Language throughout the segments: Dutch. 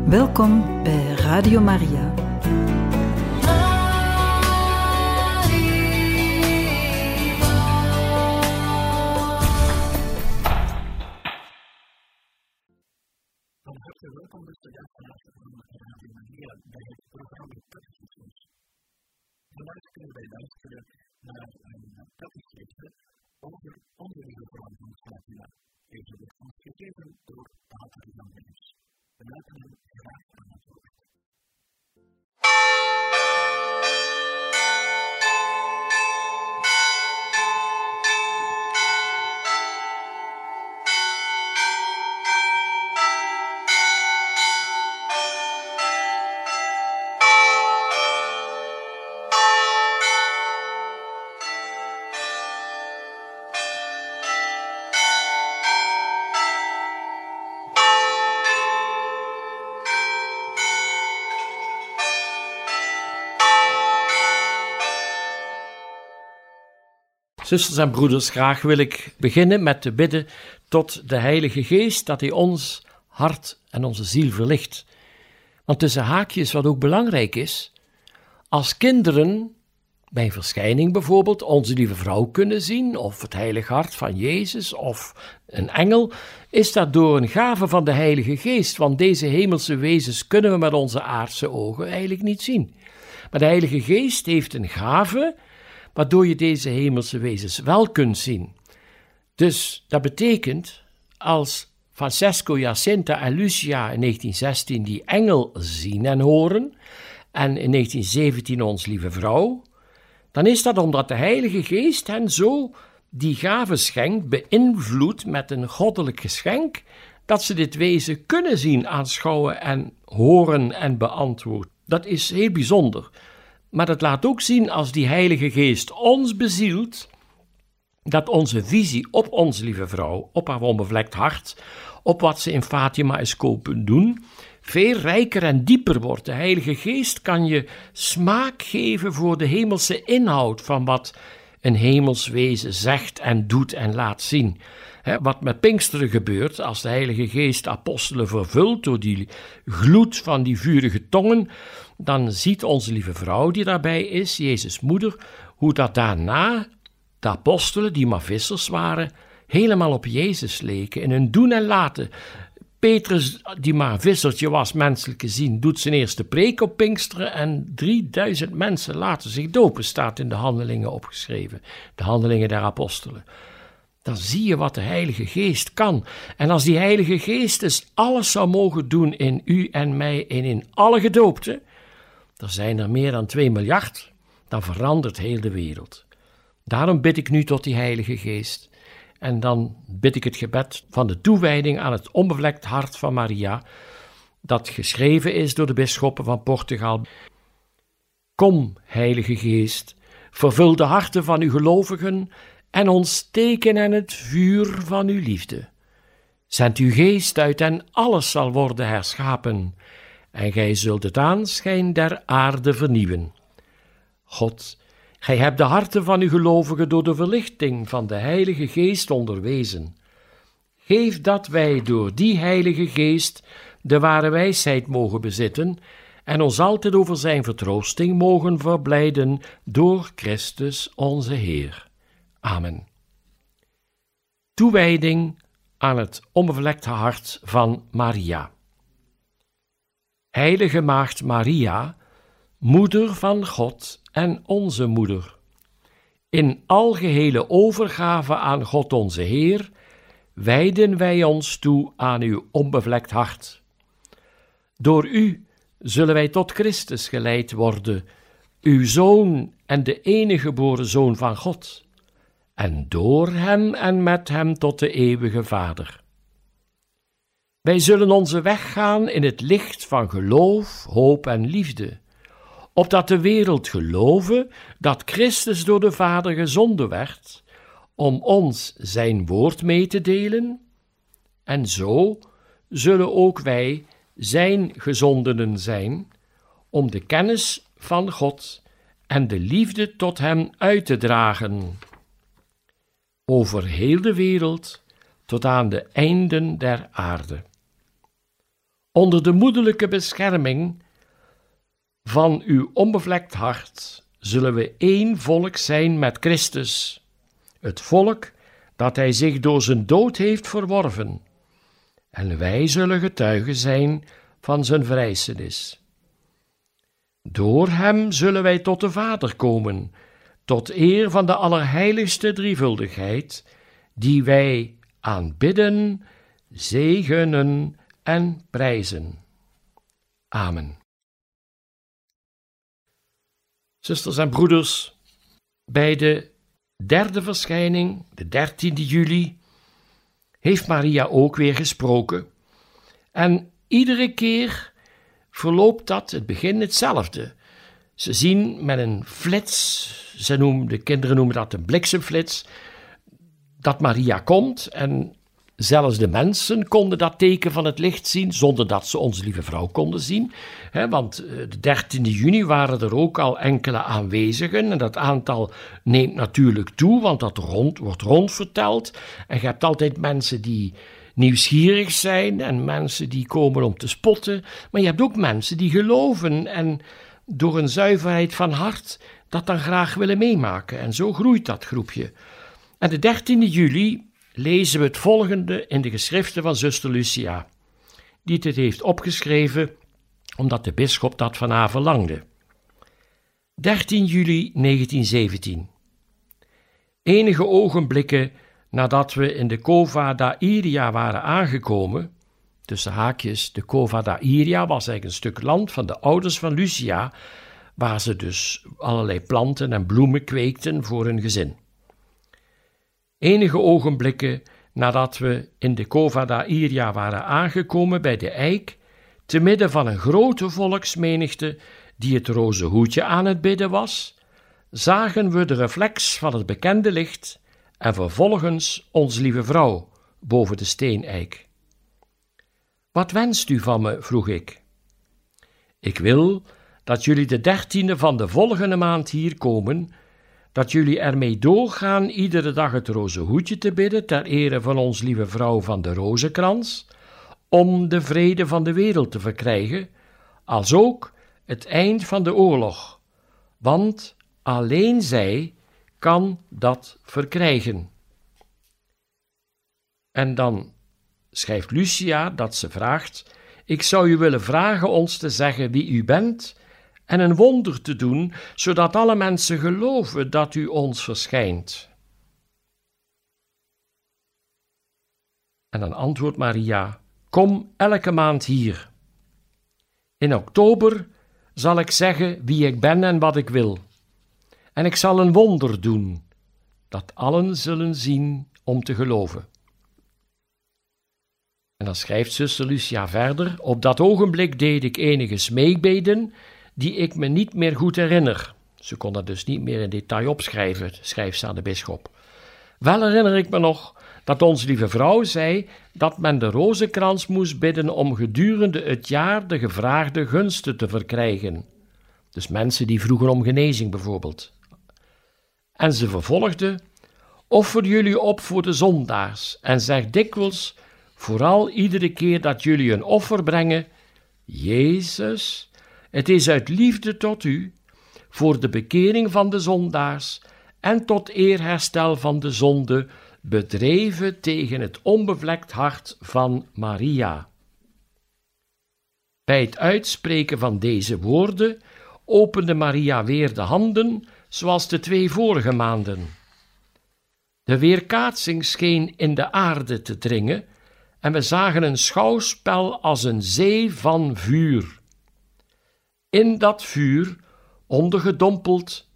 Welkom bij Radio Maria. Van harte welkom dus de luisteraars van Radio Maria bij het programma Catechismus. Vandaag kunnen wij luisteren naar een catechisme over onze lieve vrouw van Fatima. Deze wordt ons gegeven door Pater Jan Bennis. We laten hem graag aan het woord. Zusters en broeders, graag wil ik beginnen met te bidden tot de Heilige Geest dat hij ons hart en onze ziel verlicht. Want tussen haakjes, wat ook belangrijk is, als kinderen bij een verschijning bijvoorbeeld onze lieve vrouw kunnen zien, of het heilige hart van Jezus, of een engel, is dat door een gave van de Heilige Geest, want deze hemelse wezens kunnen we met onze aardse ogen eigenlijk niet zien. Maar de Heilige Geest heeft een gave waardoor je deze hemelse wezens wel kunt zien. Dus dat betekent, als Francesco, Jacinta en Lucia in 1916 die engel zien en horen, en in 1917 ons lieve vrouw, dan is dat omdat de Heilige Geest hen zo die gave schenkt, beïnvloedt met een goddelijk geschenk, dat ze dit wezen kunnen zien, aanschouwen en horen en beantwoorden. Dat is heel bijzonder. Maar dat laat ook zien, als die Heilige Geest ons bezielt, dat onze visie op onze lieve vrouw, op haar onbevlekt hart, op wat ze in Fatima is komen doen, veel rijker en dieper wordt. De Heilige Geest kan je smaak geven voor de hemelse inhoud van wat een hemels wezen zegt en doet en laat zien. Wat met Pinksteren gebeurt, als de Heilige Geest de apostelen vervult door die gloed van die vurige tongen, dan ziet onze lieve vrouw die daarbij is, Jezus' moeder, hoe dat daarna de apostelen, die maar vissers waren, helemaal op Jezus leken in hun doen en laten. Petrus, die maar een vissertje was, menselijk gezien, doet zijn eerste preek op Pinksteren en 3000 mensen laten zich dopen, staat in de Handelingen opgeschreven, de Handelingen der Apostelen. Dan zie je wat de Heilige Geest kan. En als die Heilige Geest dus alles zou mogen doen in u en mij en in alle gedoopten, er zijn er meer dan 2 miljard, dan verandert heel de wereld. Daarom bid ik nu tot die Heilige Geest. En dan bid ik het gebed van de toewijding aan het onbevlekt hart van Maria, dat geschreven is door de bisschoppen van Portugal. Kom, Heilige Geest, vervul de harten van uw gelovigen en ontsteek in hen het vuur van uw liefde. Zend uw geest uit en alles zal worden herschapen, en gij zult het aanschijn der aarde vernieuwen. God, gij hebt de harten van uw gelovigen door de verlichting van de Heilige Geest onderwezen. Geef dat wij door die Heilige Geest de ware wijsheid mogen bezitten en ons altijd over zijn vertroosting mogen verblijden door Christus onze Heer. Amen. Toewijding aan het onbevlekte hart van Maria. Heilige Maagd Maria, Moeder van God en onze Moeder, in algehele overgave aan God onze Heer, wijden wij ons toe aan uw onbevlekt hart. Door u zullen wij tot Christus geleid worden, uw Zoon en de enige geboren Zoon van God, en door hem en met hem tot de eeuwige Vader. Wij zullen onze weg gaan in het licht van geloof, hoop en liefde, opdat de wereld gelove dat Christus door de Vader gezonden werd, om ons zijn woord mee te delen, en zo zullen ook wij zijn gezondenen zijn, om de kennis van God en de liefde tot hem uit te dragen, over heel de wereld tot aan de einden der aarde. Onder de moederlijke bescherming van uw onbevlekt hart zullen we één volk zijn met Christus, het volk dat hij zich door zijn dood heeft verworven. En wij zullen getuigen zijn van zijn verrijzenis. Door hem zullen wij tot de Vader komen, tot eer van de allerheiligste drievuldigheid, die wij aanbidden, zegenen en prijzen. Amen. Zusters en broeders, bij de derde verschijning, de 13e juli, heeft Maria ook weer gesproken. En iedere keer verloopt dat, het begin hetzelfde. Ze zien met een flits, de kinderen noemen dat een bliksemflits, dat Maria komt en zelfs de mensen konden dat teken van het licht zien, zonder dat ze onze lieve vrouw konden zien. Want de 13e juni waren er ook al enkele aanwezigen en dat aantal neemt natuurlijk toe, want dat wordt rondverteld. En je hebt altijd mensen die nieuwsgierig zijn en mensen die komen om te spotten, maar je hebt ook mensen die geloven en door een zuiverheid van hart dat dan graag willen meemaken. En zo groeit dat groepje. En de 13e juli lezen we het volgende in de geschriften van zuster Lucia, die dit heeft opgeschreven omdat de bisschop dat van haar verlangde. 13 juli 1917. Enige ogenblikken nadat we in de Cova d'Airia waren aangekomen, tussen haakjes, de Cova d'Airia was eigenlijk een stuk land van de ouders van Lucia, waar ze dus allerlei planten en bloemen kweekten voor hun gezin. Enige ogenblikken nadat we in de Cova d'Airia waren aangekomen bij de eik, te midden van een grote volksmenigte die het roze hoedje aan het bidden was, zagen we de reflex van het bekende licht en vervolgens onze lieve vrouw boven de steeneik. Wat wenst u van me? Vroeg ik. Ik wil dat jullie de 13e van de volgende maand hier komen, dat jullie ermee doorgaan iedere dag het roze hoedje te bidden ter ere van ons lieve vrouw van de rozenkrans, om de vrede van de wereld te verkrijgen, als ook het eind van de oorlog, want alleen zij kan dat verkrijgen. En dan schrijft Lucia dat ze vraagt: ik zou u willen vragen ons te zeggen wie u bent en een wonder te doen, zodat alle mensen geloven dat u ons verschijnt. En dan antwoordt Maria: kom elke maand hier. In oktober zal ik zeggen wie ik ben en wat ik wil. En ik zal een wonder doen, dat allen zullen zien om te geloven. En dan schrijft zuster Lucia verder: op dat ogenblik deed ik enige smeekbeden die ik me niet meer goed herinner. Ze kon dat dus niet meer in detail opschrijven, schrijft ze aan de bisschop. Wel herinner ik me nog dat onze lieve vrouw zei dat men de rozenkrans moest bidden om gedurende het jaar de gevraagde gunsten te verkrijgen. Dus mensen die vroegen om genezing bijvoorbeeld. En ze vervolgde: offer jullie op voor de zondaars en zeg dikwijls, vooral iedere keer dat jullie een offer brengen: Jezus, het is uit liefde tot u, voor de bekering van de zondaars en tot eerherstel van de zonde, bedreven tegen het onbevlekt hart van Maria. Bij het uitspreken van deze woorden opende Maria weer de handen, zoals de 2 vorige maanden. De weerkaatsing scheen in de aarde te dringen en we zagen een schouwspel als een zee van vuur. In dat vuur, ondergedompeld,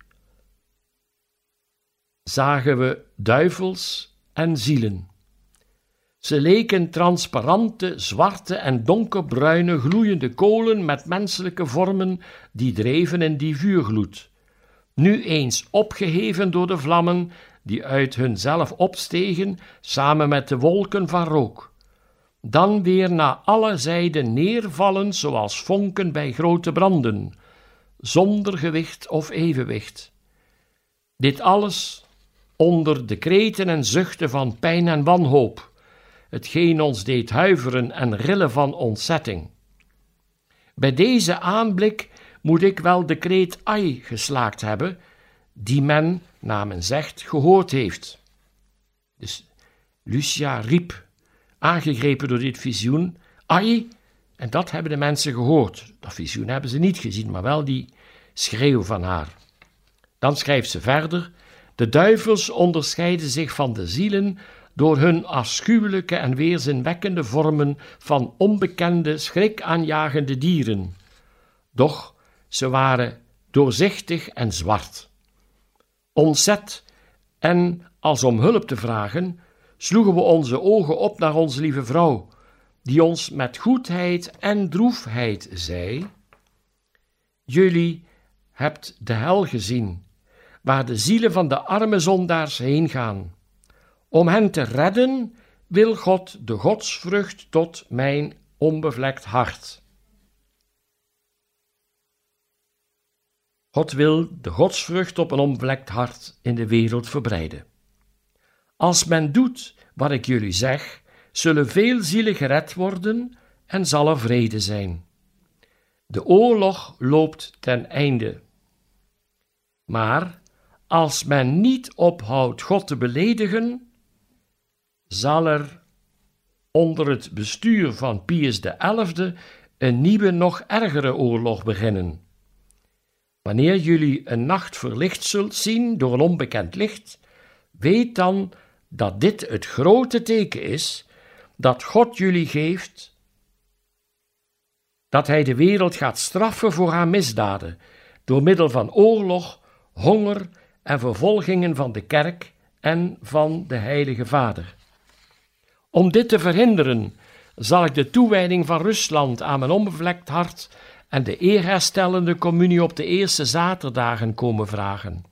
zagen we duivels en zielen. Ze leken transparante, zwarte en donkerbruine gloeiende kolen met menselijke vormen die dreven in die vuurgloed, nu eens opgeheven door de vlammen die uit hunzelf opstegen samen met de wolken van rook, dan weer naar alle zijden neervallen zoals vonken bij grote branden, zonder gewicht of evenwicht. Dit alles onder de kreten en zuchten van pijn en wanhoop, hetgeen ons deed huiveren en rillen van ontzetting. Bij deze aanblik moet ik wel de kreet ai geslaakt hebben, die men, naar men zegt, gehoord heeft. Dus Lucia riep, aangegrepen door dit visioen, ai, en dat hebben de mensen gehoord. Dat visioen hebben ze niet gezien, maar wel die schreeuw van haar. Dan schrijft ze verder, de duivels onderscheiden zich van de zielen door hun afschuwelijke en weerzinwekkende vormen van onbekende, schrikaanjagende dieren. Doch ze waren doorzichtig en zwart. Ontzet en als om hulp te vragen, sloegen we onze ogen op naar onze lieve vrouw, die ons met goedheid en droefheid zei: jullie hebt de hel gezien, waar de zielen van de arme zondaars heen gaan. Om hen te redden wil God de godsvrucht tot mijn onbevlekt hart. God wil de godsvrucht op een onbevlekt hart in de wereld verbreiden. Als men doet wat ik jullie zeg, zullen veel zielen gered worden en zal er vrede zijn. De oorlog loopt ten einde. Maar als men niet ophoudt God te beledigen, zal er onder het bestuur van Pius XI een nieuwe, nog ergere oorlog beginnen. Wanneer jullie een nacht verlicht zult zien door een onbekend licht, weet dan dat dit het grote teken is dat God jullie geeft, dat Hij de wereld gaat straffen voor haar misdaden, door middel van oorlog, honger en vervolgingen van de kerk en van de Heilige Vader. Om dit te verhinderen, zal ik de toewijding van Rusland aan mijn onbevlekt hart en de eerherstellende communie op de eerste zaterdagen komen vragen.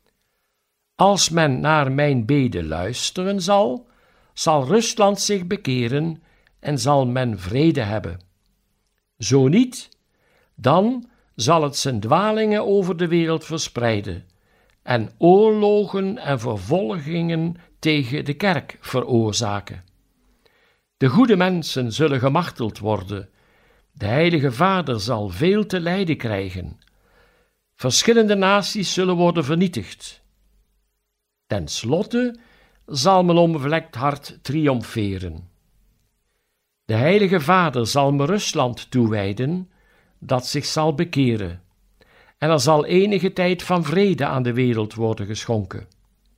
Als men naar mijn bede luisteren zal Rusland zich bekeren en zal men vrede hebben. Zo niet, dan zal het zijn dwalingen over de wereld verspreiden en oorlogen en vervolgingen tegen de kerk veroorzaken. De goede mensen zullen gemarteld worden. De Heilige Vader zal veel te lijden krijgen. Verschillende naties zullen worden vernietigd. Ten slotte zal mijn onbevlekt hart triomferen. De Heilige Vader zal me Rusland toewijden, dat zich zal bekeren, en er zal enige tijd van vrede aan de wereld worden geschonken.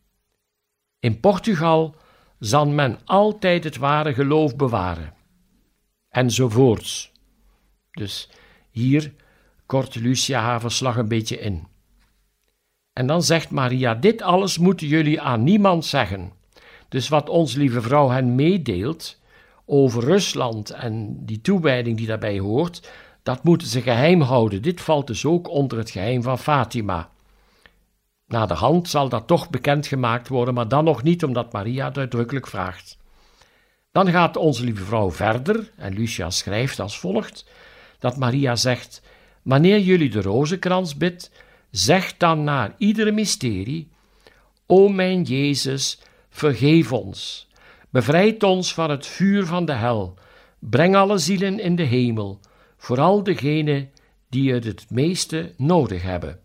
In Portugal zal men altijd het ware geloof bewaren, enzovoorts. Dus hier kort Lucia haar verslag een beetje in. En dan zegt Maria, dit alles moeten jullie aan niemand zeggen. Dus wat onze lieve vrouw hen meedeelt over Rusland en die toewijding die daarbij hoort, dat moeten ze geheim houden. Dit valt dus ook onder het geheim van Fatima. Naderhand zal dat toch bekendgemaakt worden, maar dan nog niet, omdat Maria het uitdrukkelijk vraagt. Dan gaat onze lieve vrouw verder, en Lucia schrijft als volgt, dat Maria zegt, wanneer jullie de rozenkrans bidt, zeg dan naar iedere mysterie, O mijn Jezus, vergeef ons, bevrijd ons van het vuur van de hel, breng alle zielen in de hemel, vooral degenen die het meeste nodig hebben.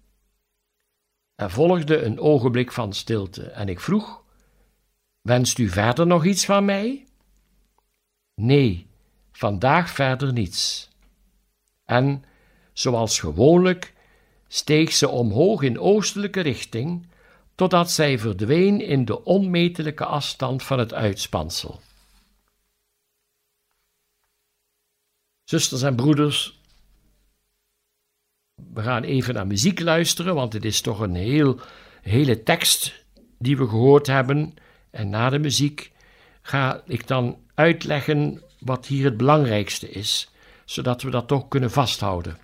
Er volgde een ogenblik van stilte en ik vroeg, wenst u verder nog iets van mij? Nee, vandaag verder niets. En, zoals gewoonlijk, steeg ze omhoog in oostelijke richting, totdat zij verdween in de onmetelijke afstand van het uitspansel. Zusters en broeders, we gaan even naar muziek luisteren, want het is toch een hele tekst die we gehoord hebben. En na de muziek ga ik dan uitleggen wat hier het belangrijkste is, zodat we dat toch kunnen vasthouden.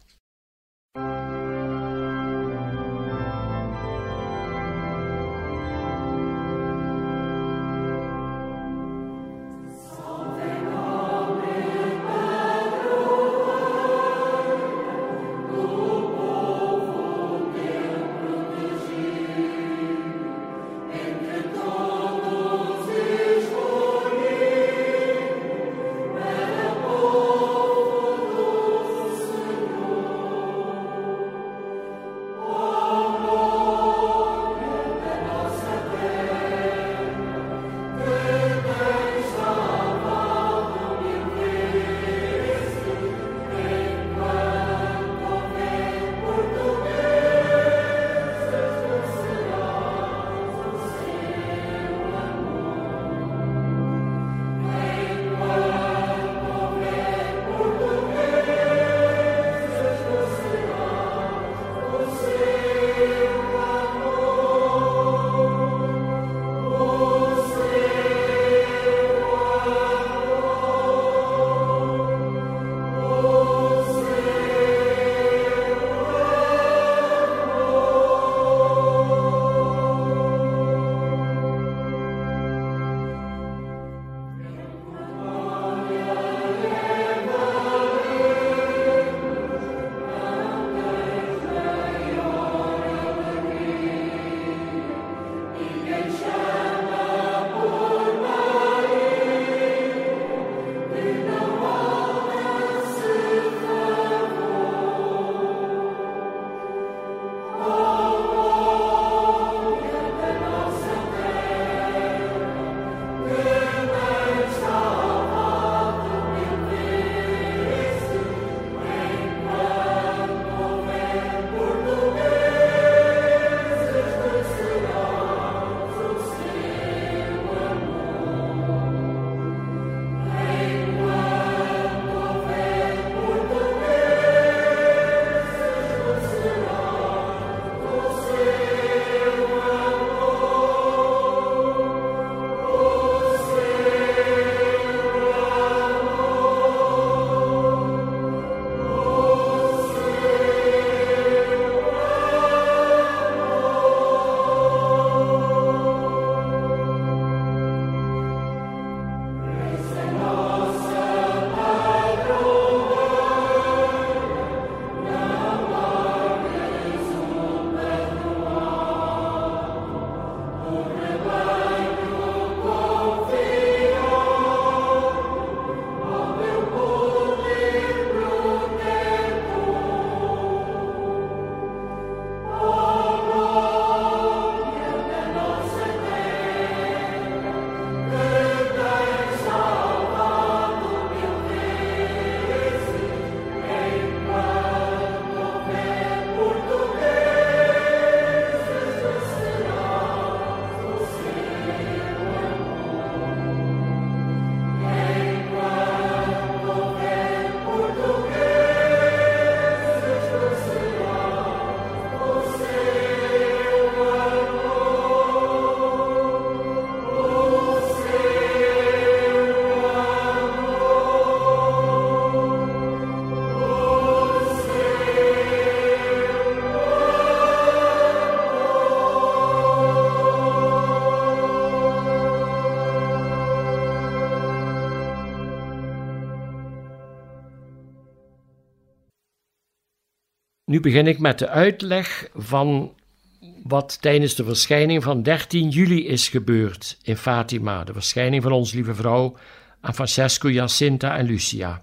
Nu begin ik met de uitleg van wat tijdens de verschijning van 13 juli is gebeurd in Fatima, de verschijning van ons lieve vrouw aan Francesco, Jacinta en Lucia.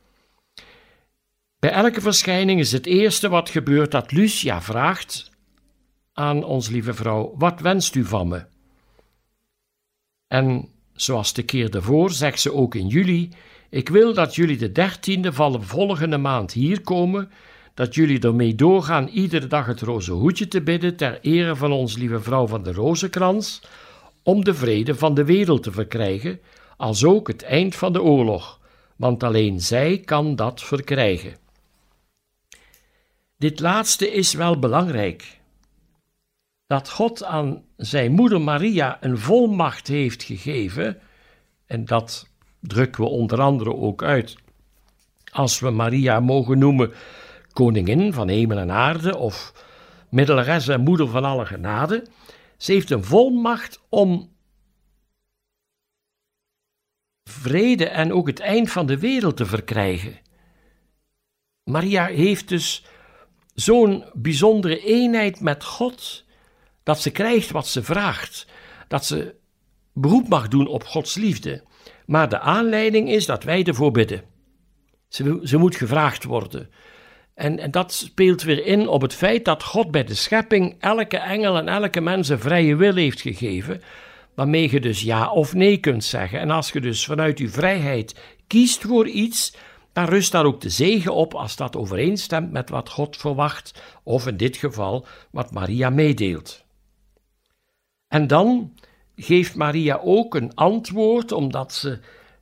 Bij elke verschijning is het eerste wat gebeurt dat Lucia vraagt aan ons lieve vrouw: wat wenst u van me? En zoals de keer daarvoor zegt ze ook in juli: ik wil dat jullie de 13e van de volgende maand hier komen, dat jullie ermee doorgaan iedere dag het roze hoedje te bidden ter ere van ons lieve vrouw van de rozenkrans, om de vrede van de wereld te verkrijgen, als ook het eind van de oorlog, want alleen zij kan dat verkrijgen. Dit laatste is wel belangrijk. Dat God aan zijn moeder Maria een volmacht heeft gegeven, en dat drukken we onder andere ook uit als we Maria mogen noemen koningin van hemel en aarde of middeleres en moeder van alle genade. Ze heeft een volmacht om vrede en ook het eind van de wereld te verkrijgen. Maria heeft dus zo'n bijzondere eenheid met God, dat ze krijgt wat ze vraagt, dat ze beroep mag doen op Gods liefde. Maar de aanleiding is dat wij ervoor bidden. Ze moet gevraagd worden. En dat speelt weer in op het feit dat God bij de schepping elke engel en elke mens een vrije wil heeft gegeven, waarmee je dus ja of nee kunt zeggen. En als je dus vanuit je vrijheid kiest voor iets, dan rust daar ook de zegen op als dat overeenstemt met wat God verwacht, of in dit geval wat Maria meedeelt. En dan geeft Maria ook een antwoord, omdat ze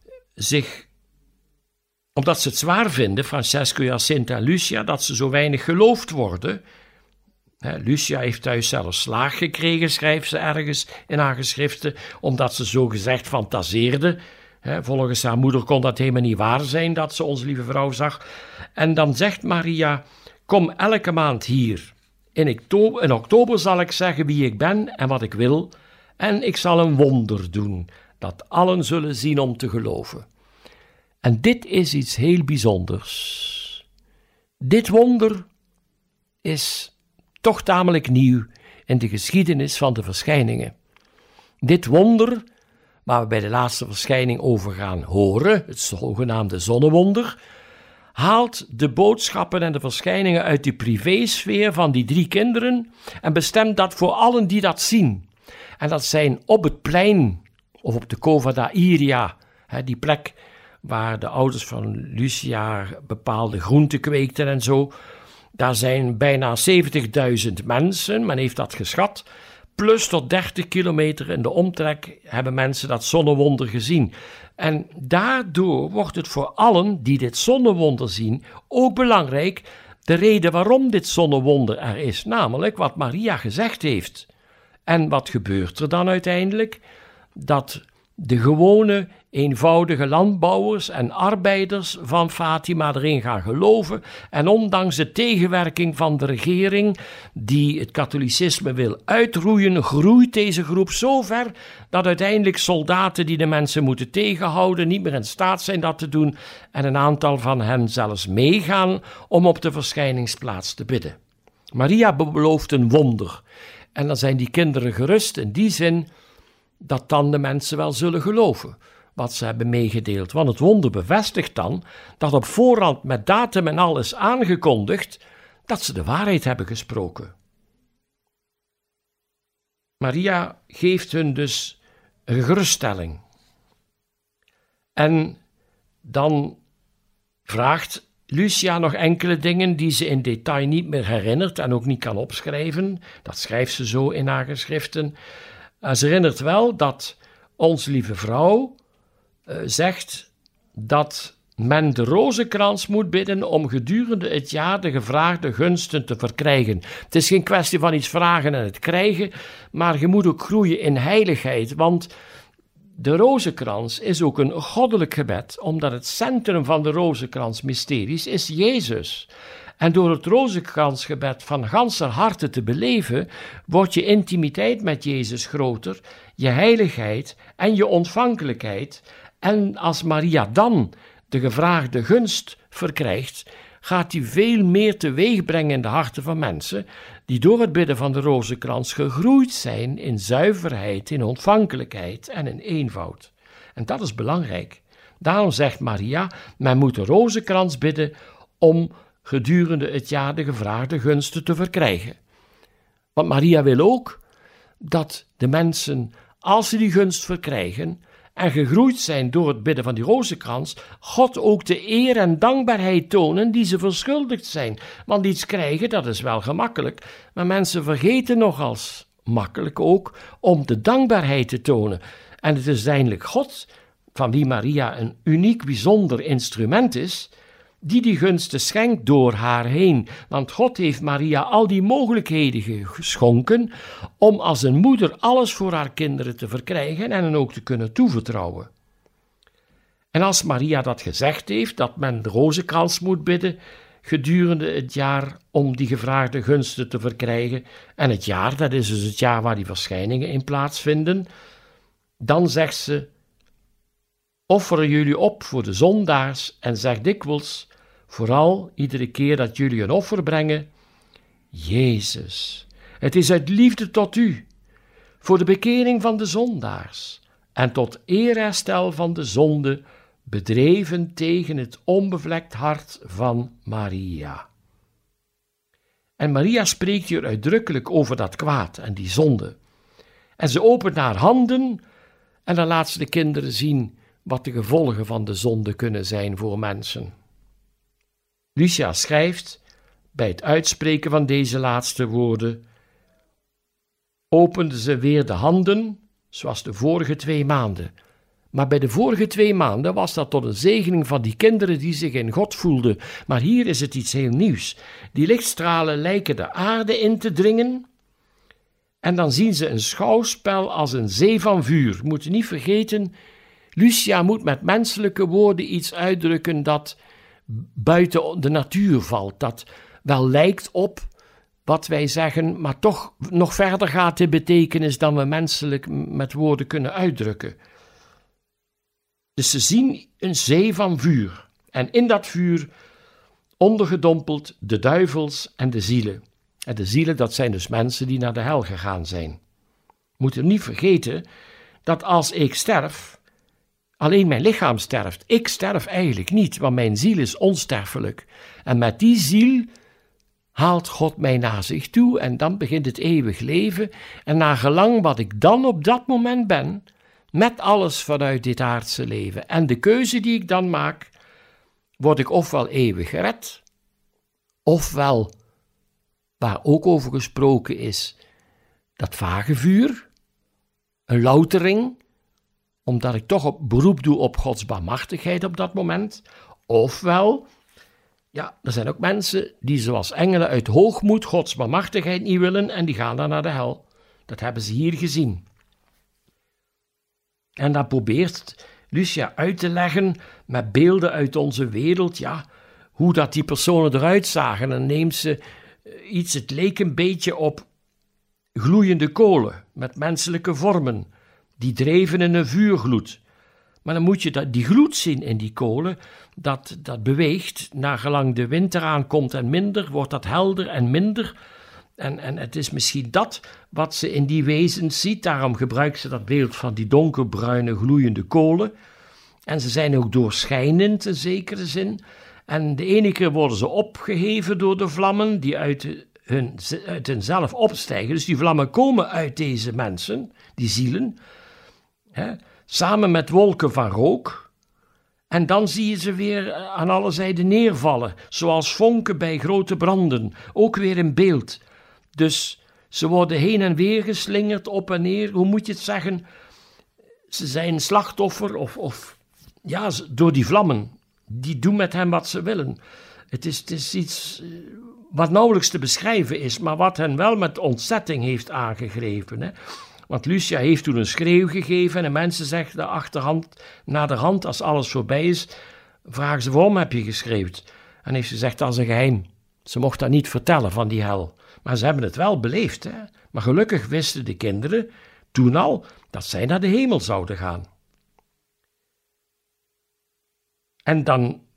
het zwaar vinden, Francesco, Jacinta en Lucia, dat ze zo weinig geloofd worden. Lucia heeft thuis zelfs slaag gekregen, schrijft ze ergens in haar geschriften, omdat ze zogezegd fantaseerde. Volgens haar moeder kon dat helemaal niet waar zijn, dat ze onze lieve vrouw zag. En dan zegt Maria: kom elke maand hier. In oktober zal ik zeggen wie ik ben en wat ik wil, en ik zal een wonder doen, dat allen zullen zien om te geloven. En dit is iets heel bijzonders. Dit wonder is toch tamelijk nieuw in de geschiedenis van de verschijningen. Dit wonder, waar we bij de laatste verschijning over gaan horen, het zogenaamde zonnewonder, haalt de boodschappen en de verschijningen uit de privésfeer van die 3 kinderen en bestemt dat voor allen die dat zien. En dat zijn op het plein of op de Cova da Iria, die plek waar de ouders van Lucia bepaalde groenten kweekten en zo. Daar zijn bijna 70.000 mensen, men heeft dat geschat, plus tot 30 kilometer in de omtrek hebben mensen dat zonnewonder gezien. En daardoor wordt het voor allen die dit zonnewonder zien ook belangrijk de reden waarom dit zonnewonder er is, namelijk wat Maria gezegd heeft. En wat gebeurt er dan uiteindelijk? Dat de gewone, eenvoudige landbouwers en arbeiders van Fatima erin gaan geloven en ondanks de tegenwerking van de regering die het katholicisme wil uitroeien, groeit deze groep zo ver dat uiteindelijk soldaten die de mensen moeten tegenhouden niet meer in staat zijn dat te doen en een aantal van hen zelfs meegaan om op de verschijningsplaats te bidden. Maria belooft een wonder en dan zijn die kinderen gerust in die zin dat dan de mensen wel zullen geloven wat ze hebben meegedeeld. Want het wonder bevestigt dan dat op voorhand met datum en al is aangekondigd dat ze de waarheid hebben gesproken. Maria geeft hun dus een geruststelling. En dan vraagt Lucia nog enkele dingen die ze in detail niet meer herinnert en ook niet kan opschrijven. Dat schrijft ze zo in haar geschriften. Ze herinnert wel dat onze lieve vrouw zegt dat men de rozenkrans moet bidden om gedurende het jaar de gevraagde gunsten te verkrijgen. Het is geen kwestie van iets vragen en het krijgen, maar je moet ook groeien in heiligheid, want de rozenkrans is ook een goddelijk gebed, omdat het centrum van de rozenkransmysteries is Jezus. En door het rozenkransgebed van ganser harte te beleven, wordt je intimiteit met Jezus groter, je heiligheid en je ontvankelijkheid. En als Maria dan de gevraagde gunst verkrijgt, gaat hij veel meer teweeg brengen in de harten van mensen die door het bidden van de rozenkrans gegroeid zijn in zuiverheid, in ontvankelijkheid en in eenvoud. En dat is belangrijk. Daarom zegt Maria, men moet de rozenkrans bidden om gedurende het jaar de gevraagde gunsten te verkrijgen. Want Maria wil ook dat de mensen, als ze die gunst verkrijgen en gegroeid zijn door het bidden van die rozenkrans, God ook de eer en dankbaarheid tonen die ze verschuldigd zijn. Want iets krijgen, dat is wel gemakkelijk, maar mensen vergeten nogals makkelijk ook om de dankbaarheid te tonen. En het is uiteindelijk God, van wie Maria een uniek, bijzonder instrument is, die gunsten schenkt door haar heen. Want God heeft Maria al die mogelijkheden geschonken om als een moeder alles voor haar kinderen te verkrijgen en hen ook te kunnen toevertrouwen. En als Maria dat gezegd heeft, dat men de rozenkrans moet bidden gedurende het jaar om die gevraagde gunsten te verkrijgen, en het jaar, dat is dus het jaar waar die verschijningen in plaatsvinden, dan zegt ze: offeren jullie op voor de zondaars en zeg dikwijls, vooral iedere keer dat jullie een offer brengen: Jezus, het is uit liefde tot u, voor de bekering van de zondaars en tot eerherstel van de zonde, bedreven tegen het onbevlekt hart van Maria. En Maria spreekt hier uitdrukkelijk over dat kwaad en die zonde. En ze opent haar handen en dan laat ze de kinderen zien wat de gevolgen van de zonde kunnen zijn voor mensen. Lucia schrijft, bij het uitspreken van deze laatste woorden, opende ze weer de handen, zoals de vorige 2 maanden. Maar bij de vorige 2 maanden was dat tot een zegening van die kinderen die zich in God voelden. Maar hier is het iets heel nieuws. Die lichtstralen lijken de aarde in te dringen en dan zien ze een schouwspel als een zee van vuur. Moet je niet vergeten, Lucia moet met menselijke woorden iets uitdrukken dat buiten de natuur valt, dat wel lijkt op wat wij zeggen, maar toch nog verder gaat in betekenis dan we menselijk met woorden kunnen uitdrukken. Dus ze zien een zee van vuur en in dat vuur ondergedompeld de duivels en de zielen. En de zielen, dat zijn dus mensen die naar de hel gegaan zijn. Moet je niet vergeten dat als ik sterf, alleen mijn lichaam sterft. Ik sterf eigenlijk niet, want mijn ziel is onsterfelijk. En met die ziel haalt God mij naar zich toe en dan begint het eeuwig leven. En nagelang wat ik dan op dat moment ben, met alles vanuit dit aardse leven en de keuze die ik dan maak, word ik ofwel eeuwig gered, ofwel, waar ook over gesproken is, dat vagevuur, een loutering, omdat ik toch op beroep doe op Gods barmhartigheid op dat moment. Ofwel, ja, er zijn ook mensen die zoals engelen uit hoogmoed Gods barmhartigheid niet willen en die gaan dan naar de hel. Dat hebben ze hier gezien. En dan probeert Lucia uit te leggen met beelden uit onze wereld, ja, hoe dat die personen eruit zagen. En dan neemt ze iets, het leek een beetje op gloeiende kolen met menselijke vormen. Die dreven in een vuurgloed. Maar dan moet je die gloed zien in die kolen, dat beweegt, nagelang de winter aankomt en minder, wordt dat helder en minder. En het is misschien dat wat ze in die wezens ziet, daarom gebruikt ze dat beeld van die donkerbruine gloeiende kolen. En ze zijn ook doorschijnend in zekere zin. En de ene keer worden ze opgeheven door de vlammen die uit hunzelf opstijgen. Dus die vlammen komen uit deze mensen, die zielen, samen met wolken van rook. En dan zie je ze weer aan alle zijden neervallen, zoals vonken bij grote branden, ook weer in beeld. Dus ze worden heen en weer geslingerd, op en neer, hoe moet je het zeggen? Ze zijn slachtoffer of door die vlammen. Die doen met hen wat ze willen. Het is iets wat nauwelijks te beschrijven is, maar wat hen wel met ontzetting heeft aangegrepen, hè? Want Lucia heeft toen een schreeuw gegeven en de mensen zeggen naderhand, als alles voorbij is, vragen ze: waarom heb je geschreeuwd? En heeft ze gezegd: dat is een geheim. Ze mocht dat niet vertellen van die hel. Maar ze hebben het wel beleefd, hè? Maar gelukkig wisten de kinderen toen al dat zij naar de hemel zouden gaan. En dan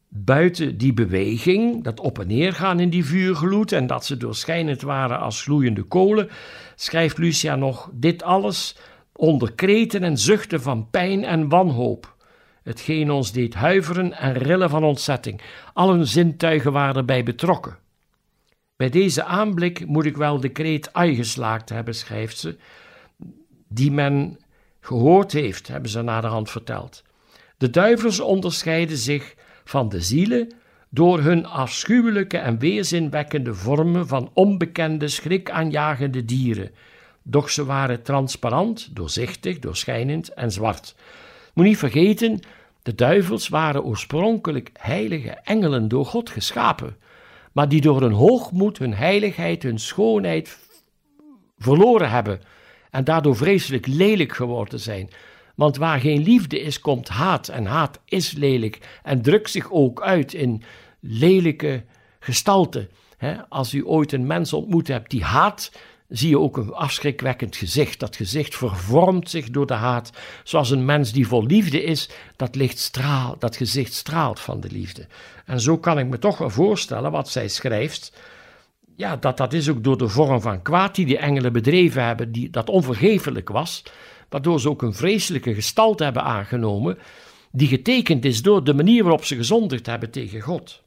buiten die beweging, dat op en neer gaan in die vuurgloed en dat ze doorschijnend waren als gloeiende kolen, schrijft Lucia nog: dit alles onder kreten en zuchten van pijn en wanhoop. Hetgeen ons deed huiveren en rillen van ontzetting. Alle zintuigen waren erbij betrokken. Bij deze aanblik moet ik wel de kreet ai geslaakt hebben, schrijft ze, die men gehoord heeft, hebben ze naderhand verteld. De duivels onderscheiden zich van de zielen door hun afschuwelijke en weerzinwekkende vormen van onbekende, schrikaanjagende dieren. Doch ze waren transparant, doorzichtig, doorschijnend en zwart. Moet niet vergeten, de duivels waren oorspronkelijk heilige engelen door God geschapen, maar die door hun hoogmoed, hun heiligheid, hun schoonheid verloren hebben en daardoor vreselijk lelijk geworden zijn. Want waar geen liefde is, komt haat en haat is lelijk en drukt zich ook uit in lelijke gestalten. Als u ooit een mens ontmoet hebt die haat, zie je ook een afschrikwekkend gezicht. Dat gezicht vervormt zich door de haat, zoals een mens die vol liefde is, dat gezicht straalt van de liefde. En zo kan ik me toch wel voorstellen wat zij schrijft, ja, dat is ook door de vorm van kwaad die engelen bedreven hebben, dat onvergeeflijk was, waardoor ze ook een vreselijke gestalte hebben aangenomen, die getekend is door de manier waarop ze gezondigd hebben tegen God.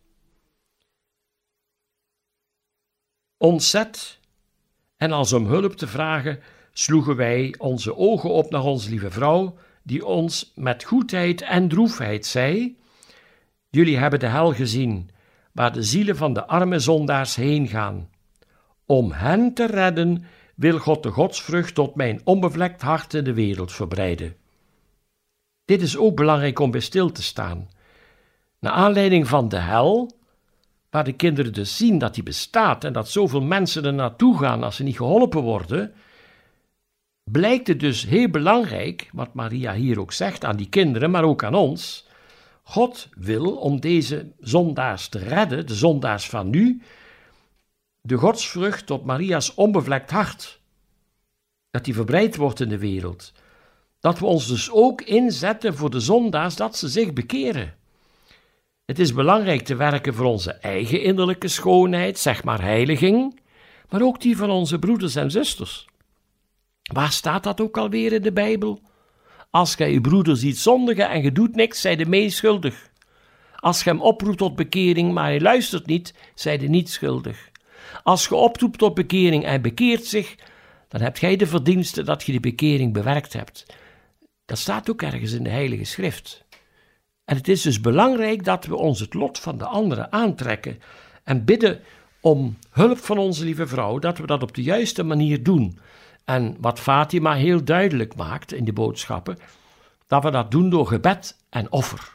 Ontzet en als om hulp te vragen, sloegen wij onze ogen op naar onze lieve vrouw, die ons met goedheid en droefheid zei: jullie hebben de hel gezien, waar de zielen van de arme zondaars heen gaan. Om hen te redden wil God de godsvrucht tot mijn onbevlekt hart in de wereld verbreiden. Dit is ook belangrijk om bij stil te staan. Naar aanleiding van de hel, waar de kinderen dus zien dat die bestaat en dat zoveel mensen er naartoe gaan als ze niet geholpen worden, blijkt het dus heel belangrijk, wat Maria hier ook zegt aan die kinderen, maar ook aan ons. God wil om deze zondaars te redden, de zondaars van nu, de godsvrucht tot Maria's onbevlekt hart, dat die verbreid wordt in de wereld. Dat we ons dus ook inzetten voor de zondaars, dat ze zich bekeren. Het is belangrijk te werken voor onze eigen innerlijke schoonheid, zeg maar heiliging, maar ook die van onze broeders en zusters. Waar staat dat ook alweer in de Bijbel? Als gij je broeder ziet zondigen en je doet niks, zijde meeschuldig. Als je hem oproept tot bekering, maar hij luistert niet, zijde niet schuldig. Als je oproept tot bekering en hij bekeert zich, dan hebt gij de verdienste dat je die bekering bewerkt hebt. Dat staat ook ergens in de Heilige Schrift. En het is dus belangrijk dat we ons het lot van de anderen aantrekken en bidden om hulp van onze lieve vrouw, dat we dat op de juiste manier doen. En wat Fatima heel duidelijk maakt in de boodschappen, dat we dat doen door gebed en offer.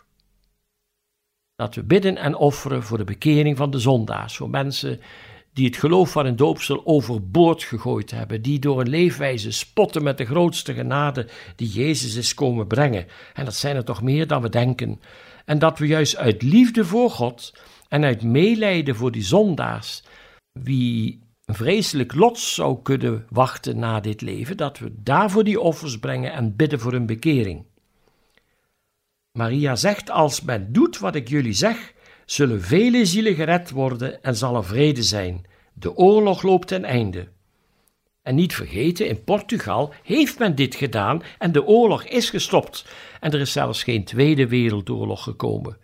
Dat we bidden en offeren voor de bekering van de zondaars, voor mensen die het geloof van een doopsel overboord gegooid hebben, die door een leefwijze spotten met de grootste genade die Jezus is komen brengen. En dat zijn er toch meer dan we denken. En dat we juist uit liefde voor God en uit meelijden voor die zondaars, wie een vreselijk lot zou kunnen wachten na dit leven, dat we daarvoor die offers brengen en bidden voor hun bekering. Maria zegt: als men doet wat ik jullie zeg, zullen vele zielen gered worden en zal er vrede zijn. De oorlog loopt ten einde. En niet vergeten, in Portugal heeft men dit gedaan en de oorlog is gestopt. En er is zelfs geen Tweede Wereldoorlog gekomen.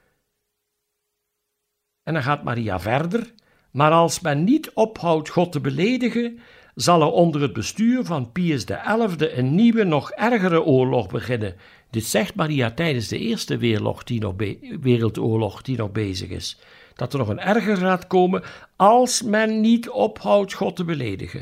En dan gaat Maria verder. Maar als men niet ophoudt God te beledigen, zal er onder het bestuur van Pius XI een nieuwe, nog ergere oorlog beginnen. Dit zegt Maria tijdens de Eerste Wereldoorlog die nog bezig is. Dat er nog een erger gaat komen als men niet ophoudt God te beledigen.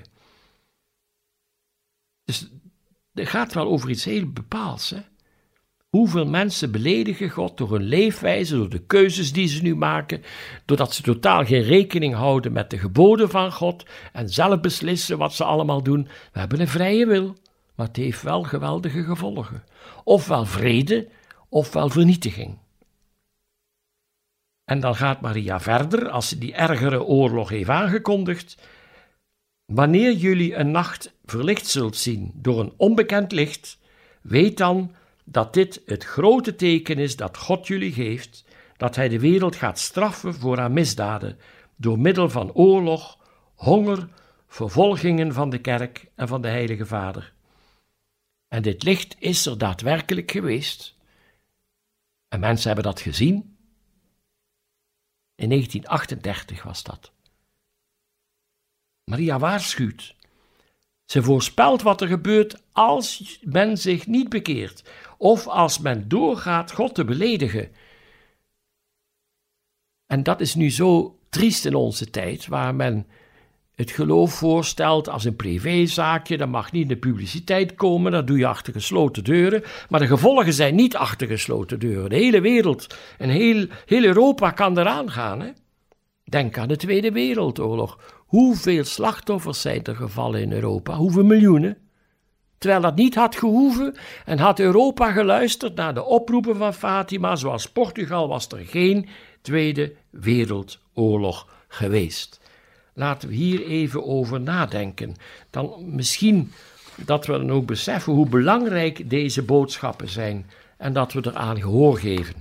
Dus het gaat wel over iets heel bepaalds. Hè? Hoeveel mensen beledigen God door hun leefwijze, door de keuzes die ze nu maken, doordat ze totaal geen rekening houden met de geboden van God en zelf beslissen wat ze allemaal doen. We hebben een vrije wil, maar het heeft wel geweldige gevolgen. Ofwel vrede, ofwel vernietiging. En dan gaat Maria verder, als ze die ergere oorlog heeft aangekondigd. Wanneer jullie een nacht verlicht zult zien door een onbekend licht, weet dan dat dit het grote teken is dat God jullie geeft, dat hij de wereld gaat straffen voor haar misdaden, door middel van oorlog, honger, vervolgingen van de kerk en van de Heilige Vader. En dit licht is er daadwerkelijk geweest. En mensen hebben dat gezien. In 1938 was dat. Maria waarschuwt. Ze voorspelt wat er gebeurt als men zich niet bekeert of als men doorgaat God te beledigen. En dat is nu zo triest in onze tijd, waar men het geloof voorstelt als een privézaakje, dat mag niet in de publiciteit komen, dat doe je achter gesloten deuren, maar de gevolgen zijn niet achter gesloten deuren. De hele wereld en heel Europa kan eraan gaan. Hè? Denk aan de Tweede Wereldoorlog. Hoeveel slachtoffers zijn er gevallen in Europa? Hoeveel miljoenen? Terwijl dat niet had gehoeven en had Europa geluisterd naar de oproepen van Fatima, zoals Portugal was er geen Tweede Wereldoorlog geweest. Laten we hier even over nadenken. Dan misschien dat we dan ook beseffen hoe belangrijk deze boodschappen zijn en dat we eraan gehoor geven.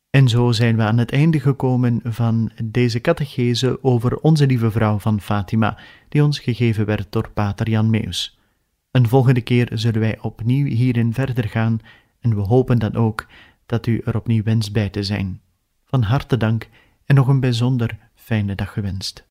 En zo zijn we aan het einde gekomen van deze catechese over Onze Lieve Vrouw van Fatima, die ons gegeven werd door pater Jan Meus. Een volgende keer zullen wij opnieuw hierin verder gaan en we hopen dan ook dat u er opnieuw wenst bij te zijn. Van harte dank en nog een bijzonder fijne dag gewenst.